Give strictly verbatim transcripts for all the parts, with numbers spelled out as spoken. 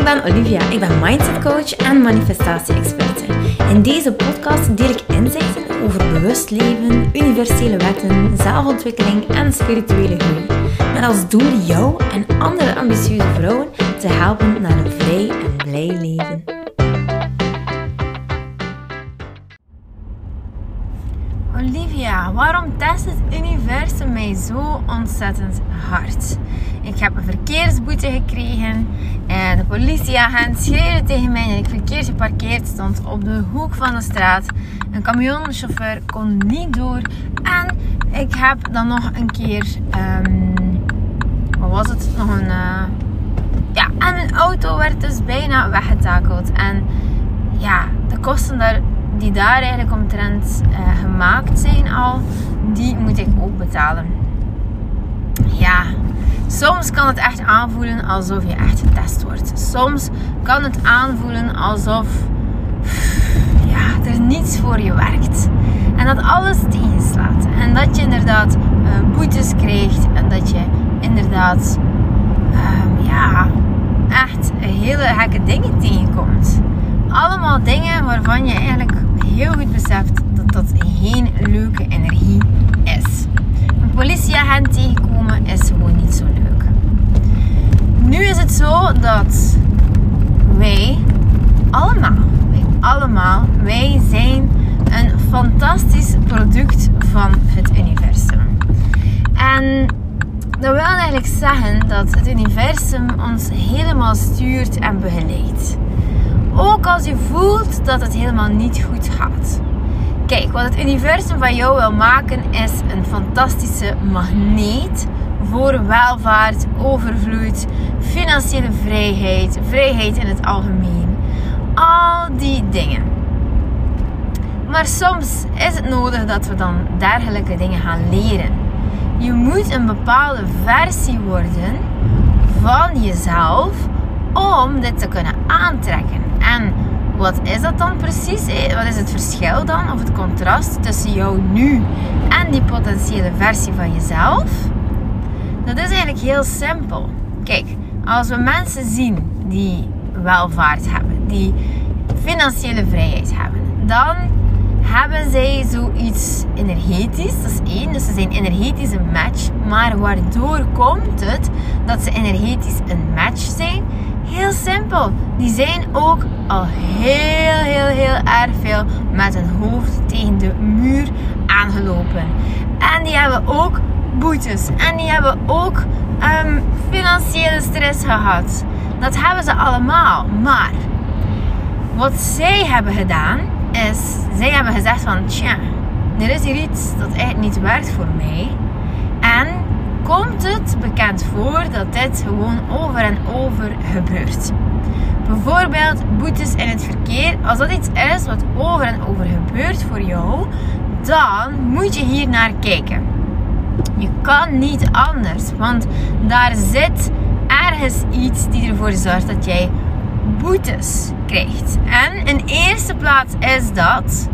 ben Olivia, ik ben mindset coach en manifestatie-experte. In deze podcast deel ik inzichten over bewust leven, universele wetten, zelfontwikkeling en spirituele groei. Met als doel jou en andere ambitieuze vrouwen te helpen naar een vrij en blij leven. Olivia, waarom test het universum mij zo ontzettend hard? Ik heb een verkeersboete gekregen. En de politieagent schreeuwde tegen mij dat ik verkeerd geparkeerd stond op de hoek van de straat. Een camionchauffeur kon niet door. En ik heb dan nog een keer... Um, wat was het? Nog een... Uh, ja, en mijn auto werd dus bijna weggetakeld. En ja, de kosten daar... die daar eigenlijk omtrent uh, gemaakt zijn al, die moet ik ook betalen. Ja, soms kan het echt aanvoelen alsof je echt getest wordt. Soms kan het aanvoelen alsof ja, er niets voor je werkt. En dat alles tegenslaat. En dat je inderdaad uh, boetes krijgt. En dat je inderdaad uh, ja, echt hele gekke dingen tegenkomt. Allemaal dingen waarvan je eigenlijk heel goed beseft dat dat geen leuke energie is. Een politieagent tegenkomen is gewoon niet zo leuk. Nu is het zo dat wij allemaal, wij allemaal, wij zijn een fantastisch product van het universum. En dat wil eigenlijk zeggen dat het universum ons helemaal stuurt en begeleidt. Ook als je voelt dat het helemaal niet goed gaat. Kijk, wat het universum van jou wil maken is een fantastische magneet voor welvaart, overvloed, financiële vrijheid, vrijheid in het algemeen. Al die dingen. Maar soms is het nodig dat we dan dergelijke dingen gaan leren. Je moet een bepaalde versie worden van jezelf om dit te kunnen aantrekken. En wat is dat dan precies? Wat is het verschil dan? Of het contrast tussen jou nu en die potentiële versie van jezelf? Dat is eigenlijk heel simpel. Kijk, als we mensen zien die welvaart hebben, die financiële vrijheid hebben, dan hebben zij zoiets energetisch. Dat is één, dus ze zijn energetisch een match. Maar waardoor komt het dat ze energetisch een match zijn? Heel simpel. Die zijn ook al heel, heel, heel erg veel met hun hoofd tegen de muur aangelopen. En die hebben ook boetes. En die hebben ook um, financiële stress gehad. Dat hebben ze allemaal. Maar wat zij hebben gedaan is, zij hebben gezegd van, tja, er is hier iets dat eigenlijk niet werkt voor mij. En komt het bekend voor dat dit gewoon over en over gebeurt. Bijvoorbeeld boetes in het verkeer. Als dat iets is wat over en over gebeurt voor jou, dan moet je hier naar kijken. Je kan niet anders, want daar zit ergens iets die ervoor zorgt dat jij boetes krijgt. En in eerste plaats is dat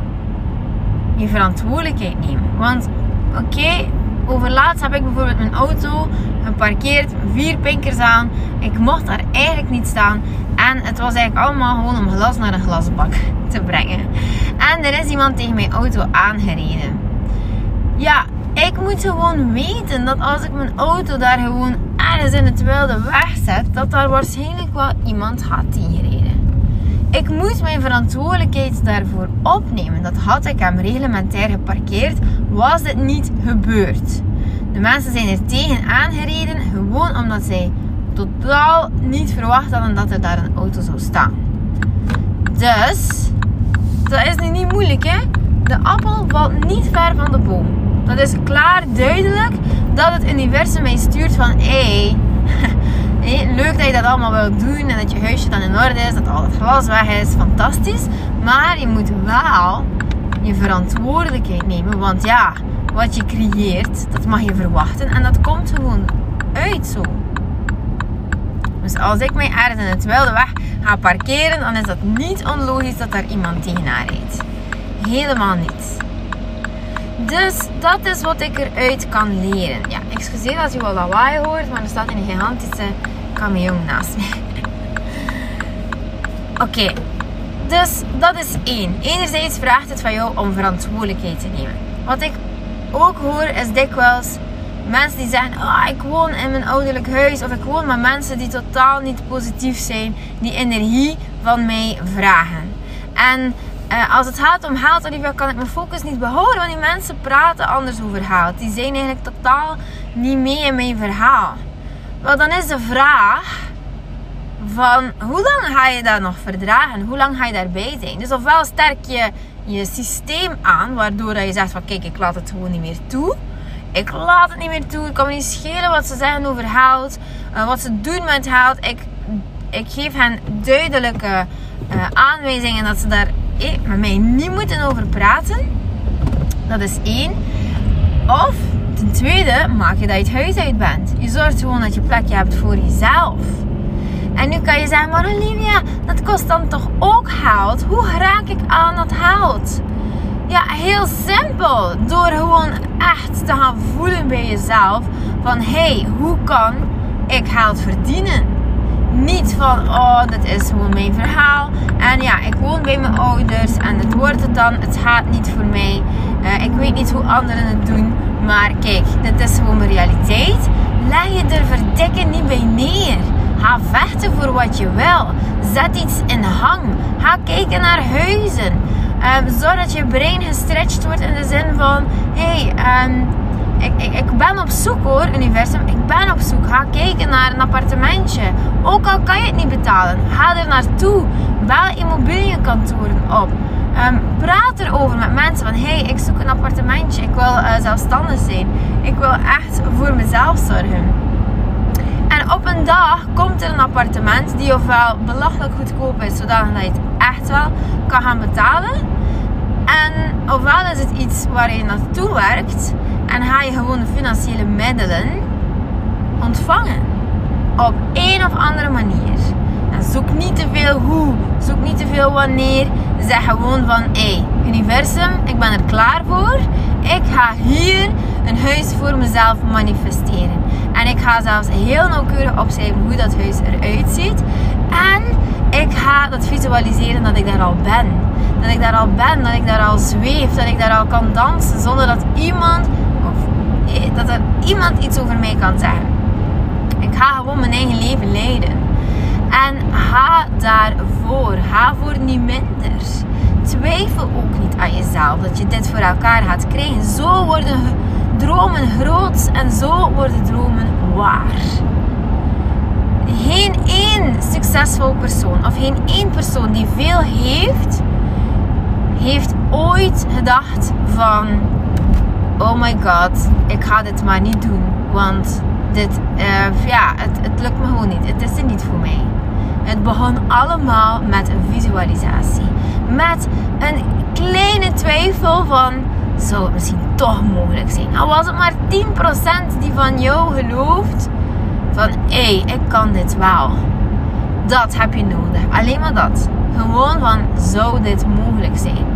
je verantwoordelijkheid nemen. Want oké, okay, overlaatst heb ik bijvoorbeeld mijn auto geparkeerd, vier pinkers aan. Ik mocht daar eigenlijk niet staan. En het was eigenlijk allemaal gewoon om glas naar een glasbak te brengen. En er is iemand tegen mijn auto aangereden. Ja, ik moet gewoon weten dat als ik mijn auto daar gewoon ergens in het wilde wegzet, dat daar waarschijnlijk wel iemand had tegengereden. Ik moet mijn verantwoordelijkheid daarvoor opnemen. Dat had ik hem reglementair geparkeerd, was dit niet gebeurd. De mensen zijn er tegen aangereden, gewoon omdat zij totaal niet verwacht hadden dat er daar een auto zou staan. Dus, dat is nu niet moeilijk, hè? De appel valt niet ver van de boom. Dat is klaar duidelijk dat het universum mij stuurt van, hé, hey, leuk dat je dat allemaal wilt doen en dat je huisje dan in orde is, dat al het glas weg is, fantastisch. Maar je moet wel je verantwoordelijkheid nemen, want ja, wat je creëert, dat mag je verwachten en dat komt gewoon uit zo. Dus als ik mij ergens in het wilde weg ga parkeren, dan is dat niet onlogisch dat daar iemand tegenaan rijdt. Helemaal niet. Dus dat is wat ik eruit kan leren. Ja, excuseer als je wel lawaai hoort, maar er staat een gigantische camion naast mij. Oké, okay. Dus dat is één. Enerzijds vraagt het van jou om verantwoordelijkheid te nemen. Wat ik ook hoor is dikwijls mensen die zeggen, oh, ik woon in mijn ouderlijk huis. Of ik woon met mensen die totaal niet positief zijn. Die energie van mij vragen. En uh, als het gaat om geld, Olivia, kan ik mijn focus niet behouden. Want die mensen praten anders over geld. Die zijn eigenlijk totaal niet mee in mijn verhaal. Wel, dan is de vraag van hoe lang ga je dat nog verdragen? Hoe lang ga je daarbij zijn? Dus ofwel sterk je je systeem aan, waardoor dat je zegt van kijk, ik laat het gewoon niet meer toe. Ik laat het niet meer toe. Het kan me niet schelen wat ze zeggen over geld. Uh, wat ze doen met geld. Ik, ik geef hen duidelijke uh, aanwijzingen dat ze daar eh, met mij niet moeten over praten. Dat is één. Of ten tweede, maak je dat je het huis uit bent. Je zorgt gewoon dat je plekje hebt voor jezelf. En nu kan je zeggen, maar Olivia, dat kost dan toch ook geld? Hoe raak ik aan dat geld? Ja, heel simpel. Door gewoon echt te gaan voelen bij jezelf. Van, hé, hey, hoe kan ik geld verdienen? Niet van, oh, dit is gewoon mijn verhaal. En ja, ik woon bij mijn ouders. En het wordt het dan. Het gaat niet voor mij. Uh, ik weet niet hoe anderen het doen. Maar kijk, dit is gewoon mijn realiteit. Leg je er verdikken niet bij neer. Ga vechten voor wat je wil. Zet iets in hang. Ga kijken naar huizen. Um, zorg dat je brein gestretched wordt in de zin van... Hé, hey, um, ik, ik, ik ben op zoek hoor, universum. Ik ben op zoek. Ga kijken naar een appartementje. Ook al kan je het niet betalen. Ga er naartoe. Bel immobiliënkantoren op. Um, praat erover met mensen van... Hé, hey, ik zoek een appartementje. Ik wil uh, zelfstandig zijn. Ik wil echt voor mezelf zorgen. En op een dag komt er een appartement die ofwel belachelijk goedkoop is, zodat je het echt wel kan gaan betalen. En ofwel is het iets waar je naartoe werkt en ga je gewoon de financiële middelen ontvangen. Op een of andere manier. En zoek niet te veel hoe, zoek niet te veel wanneer. Zeg gewoon van, hé, hey, universum, ik ben er klaar voor. Ik ga hier een huis voor mezelf manifesteren. En ik ga zelfs heel nauwkeurig opschrijven hoe dat huis eruit ziet. En ik ga dat visualiseren dat ik daar al ben. Dat ik daar al ben, dat ik daar al zweef, dat ik daar al kan dansen. Zonder dat iemand, of, dat er iemand iets over mij kan zeggen. Ik ga gewoon mijn eigen leven leiden. En ga daarvoor. Ga voor niet minder. Twijfel ook niet aan jezelf dat je dit voor elkaar gaat krijgen. Zo worden dromen groot en zo worden dromen waar. Geen één succesvol persoon of geen één persoon die veel heeft, heeft ooit gedacht van, oh my god, ik ga dit maar niet doen. Want dit, uh, ja, het, het lukt me gewoon niet. Het is er niet voor mij. Het begon allemaal met een visualisatie. Met een kleine twijfel van, zou het misschien toch mogelijk zijn? Al was het maar tien procent die van jou gelooft van, hé, hey, ik kan dit wel. Dat heb je nodig. Alleen maar dat. Gewoon van, zou dit mogelijk zijn?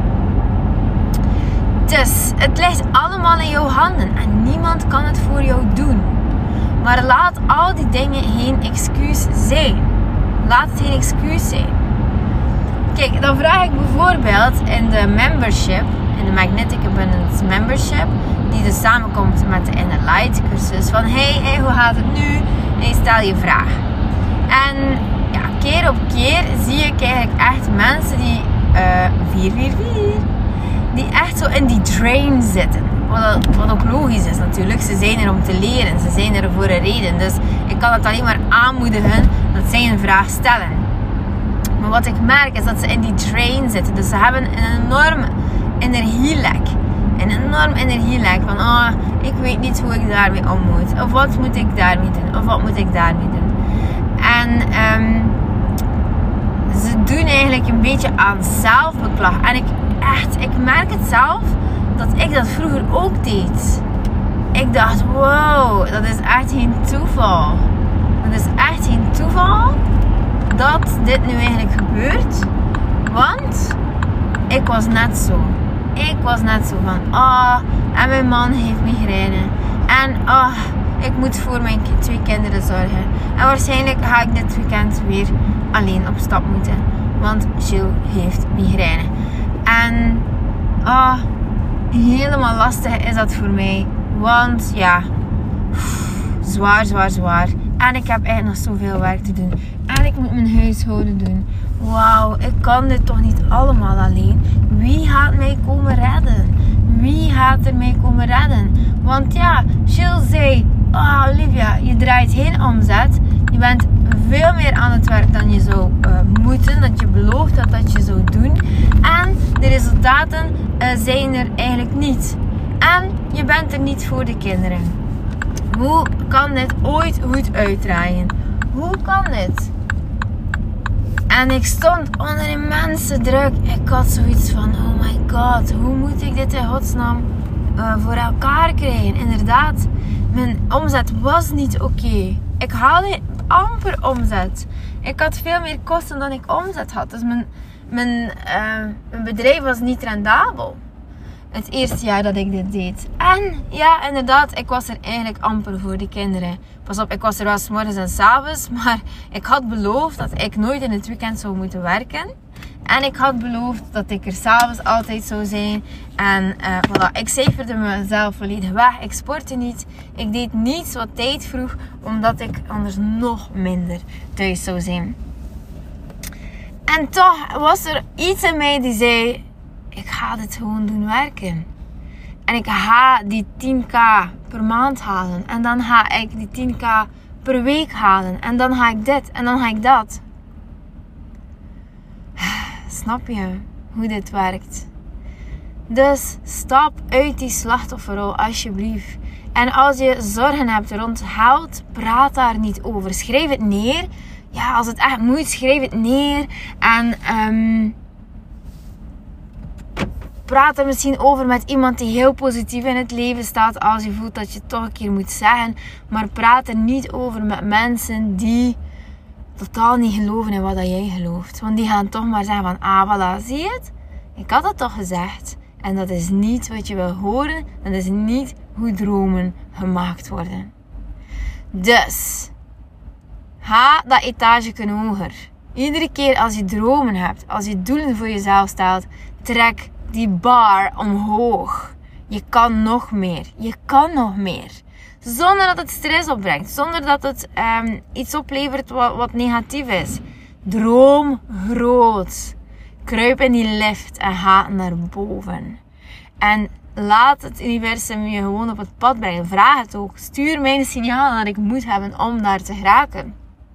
Dus, het ligt allemaal in jouw handen. En niemand kan het voor jou doen. Maar laat al die dingen geen excuus zijn. Laat het geen excuus zijn. Kijk, dan vraag ik bijvoorbeeld in de membership, in de Magnetic Abundance membership, die dus samenkomt met de Inner Light cursus, van hey, hey, hoe gaat het nu? En je stel je vraag. En ja, keer op keer zie ik eigenlijk echt mensen die uh, vier vier vier, die echt zo in die drain zitten. Wat, wat ook logisch is natuurlijk. Ze zijn er om te leren. Ze zijn er voor een reden. Dus ik kan het alleen maar aanmoedigen dat zij een vraag stellen. Maar wat ik merk is dat ze in die drain zitten. Dus ze hebben een enorm energielek. Een enorm energielek. Van oh, ik weet niet hoe ik daarmee om moet. Of wat moet ik daarmee doen. Of wat moet ik daarmee doen. En um, ze doen eigenlijk een beetje aan zelfbeklag. En ik echt, ik merk het zelf dat ik dat vroeger ook deed. Ik dacht, wow, dat is echt geen toeval. Dat is echt geen toeval dat dit nu eigenlijk gebeurt. Want ik was net zo. Ik was net zo van, ah, oh, en mijn man heeft migraine. En ah, oh, ik moet voor mijn twee kinderen zorgen. En waarschijnlijk ga ik dit weekend weer alleen op stap moeten. Want Jill heeft migraine. En oh, helemaal lastig is dat voor mij. Want ja, zwaar, zwaar, zwaar. En ik heb eigenlijk nog zoveel werk te doen. En ik moet mijn huishouden doen. Wauw, ik kan dit toch niet allemaal alleen. Wie gaat mij komen redden? Wie gaat er mij komen redden? Want ja, Jill zei, oh Olivia, je draait geen omzet. Je bent veel meer aan het werk dan je zou uh, moeten. Dat je belooft dat dat je zou doen. En de resultaten uh, zijn er eigenlijk niet. En je bent er niet voor de kinderen. Hoe kan dit ooit goed uitdraaien? Hoe kan dit? En ik stond onder immense druk. Ik had zoiets van, oh my god, hoe moet ik dit in godsnaam uh, voor elkaar krijgen? Inderdaad, mijn omzet was niet oké. Okay. Ik haalde amper omzet. Ik had veel meer kosten dan ik omzet had. Dus mijn, mijn, uh, mijn bedrijf was niet rendabel. Het eerste jaar dat ik dit deed. En ja, inderdaad, ik was er eigenlijk amper voor de kinderen. Pas op, ik was er wel 's morgens en 's avonds. Maar ik had beloofd dat ik nooit in het weekend zou moeten werken. En ik had beloofd dat ik er 's avonds altijd zou zijn. En uh, voilà, ik cijferde mezelf volledig weg. Ik sportte niet. Ik deed niets wat tijd vroeg. Omdat ik anders nog minder thuis zou zijn. En toch was er iets in mij die zei... Ik ga dit gewoon doen werken. En ik ga die tien k per maand halen. En dan ga ik die tien k per week halen. En dan ga ik dit. En dan ga ik dat. Snap je hoe dit werkt? Dus stap uit die slachtofferrol alsjeblieft. En als je zorgen hebt rond geld, praat daar niet over. Schrijf het neer. Ja, als het echt moet, schrijf het neer. En... Um, praat er misschien over met iemand die heel positief in het leven staat. Als je voelt dat je het toch een keer moet zeggen. Maar praat er niet over met mensen die totaal niet geloven in wat jij gelooft. Want die gaan toch maar zeggen van... Ah, voilà, zie je het? Ik had het toch gezegd. En dat is niet wat je wil horen. Dat is niet hoe dromen gemaakt worden. Dus... Ga dat etage kunnen hoger. Iedere keer als je dromen hebt. Als je doelen voor jezelf stelt. Trek die bar omhoog. Je kan nog meer. Je kan nog meer. Zonder dat het stress opbrengt. Zonder dat het um, iets oplevert wat, wat negatief is. Droom groot. Kruip in die lift en ga naar boven. En laat het universum je gewoon op het pad brengen. Vraag het ook. Stuur mij een signaal dat ik moet hebben om daar te geraken.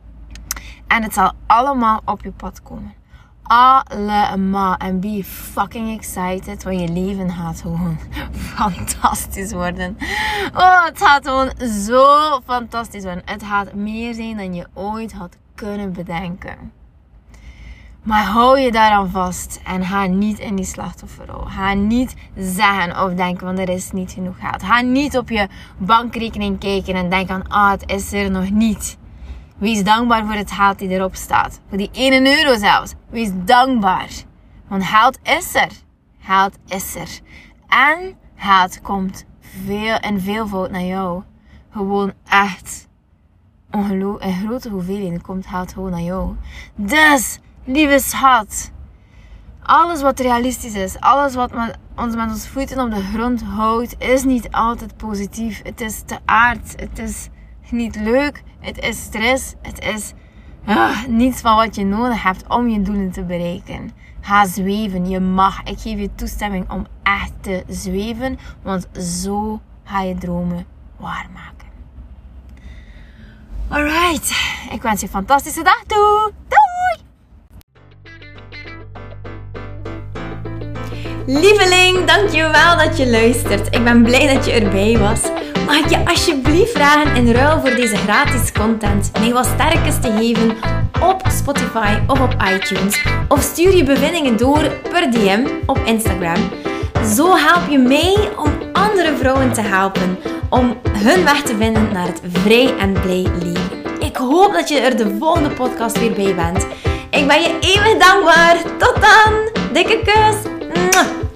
En het zal allemaal op je pad komen. Allemaal. En be fucking excited. Want je leven gaat gewoon fantastisch worden. Oh, het gaat gewoon zo fantastisch worden. Het gaat meer zijn dan je ooit had kunnen bedenken. Maar hou je daaraan vast. En ga niet in die slachtofferrol. Ga niet zeggen of denken, want er is niet genoeg geld. Ga niet op je bankrekening kijken en denken aan, ah, het is er nog niet. Wees dankbaar voor het geld die erop staat. Voor die ene euro zelfs. Wees dankbaar. Want geld is er. Geld is er. En geld komt veel en veelvoud naar jou. Gewoon echt. Ongeloof, in grote hoeveelheden komt geld gewoon naar jou. Dus, lieve schat. Alles wat realistisch is. Alles wat ons met ons voeten op de grond houdt. Is niet altijd positief. Het is te aard. Het is niet leuk. Het is stress. Het is uh, niets van wat je nodig hebt om je doelen te bereiken. Ga zweven. Je mag. Ik geef je toestemming om echt te zweven. Want zo ga je dromen waarmaken. Alright. Ik wens je een fantastische dag toe. Doei! Lieveling, dankjewel dat je luistert. Ik ben blij dat je erbij was. Mag ik je alsjeblieft vragen in ruil voor deze gratis content mij wat sterkes te geven op Spotify of op iTunes. Of stuur je bevindingen door per D M op Instagram. Zo help je mij om andere vrouwen te helpen om hun weg te vinden naar het vrij en blij leven. Ik hoop dat je er de volgende podcast weer bij bent. Ik ben je eeuwig dankbaar. Tot dan. Dikke kus. Mwah.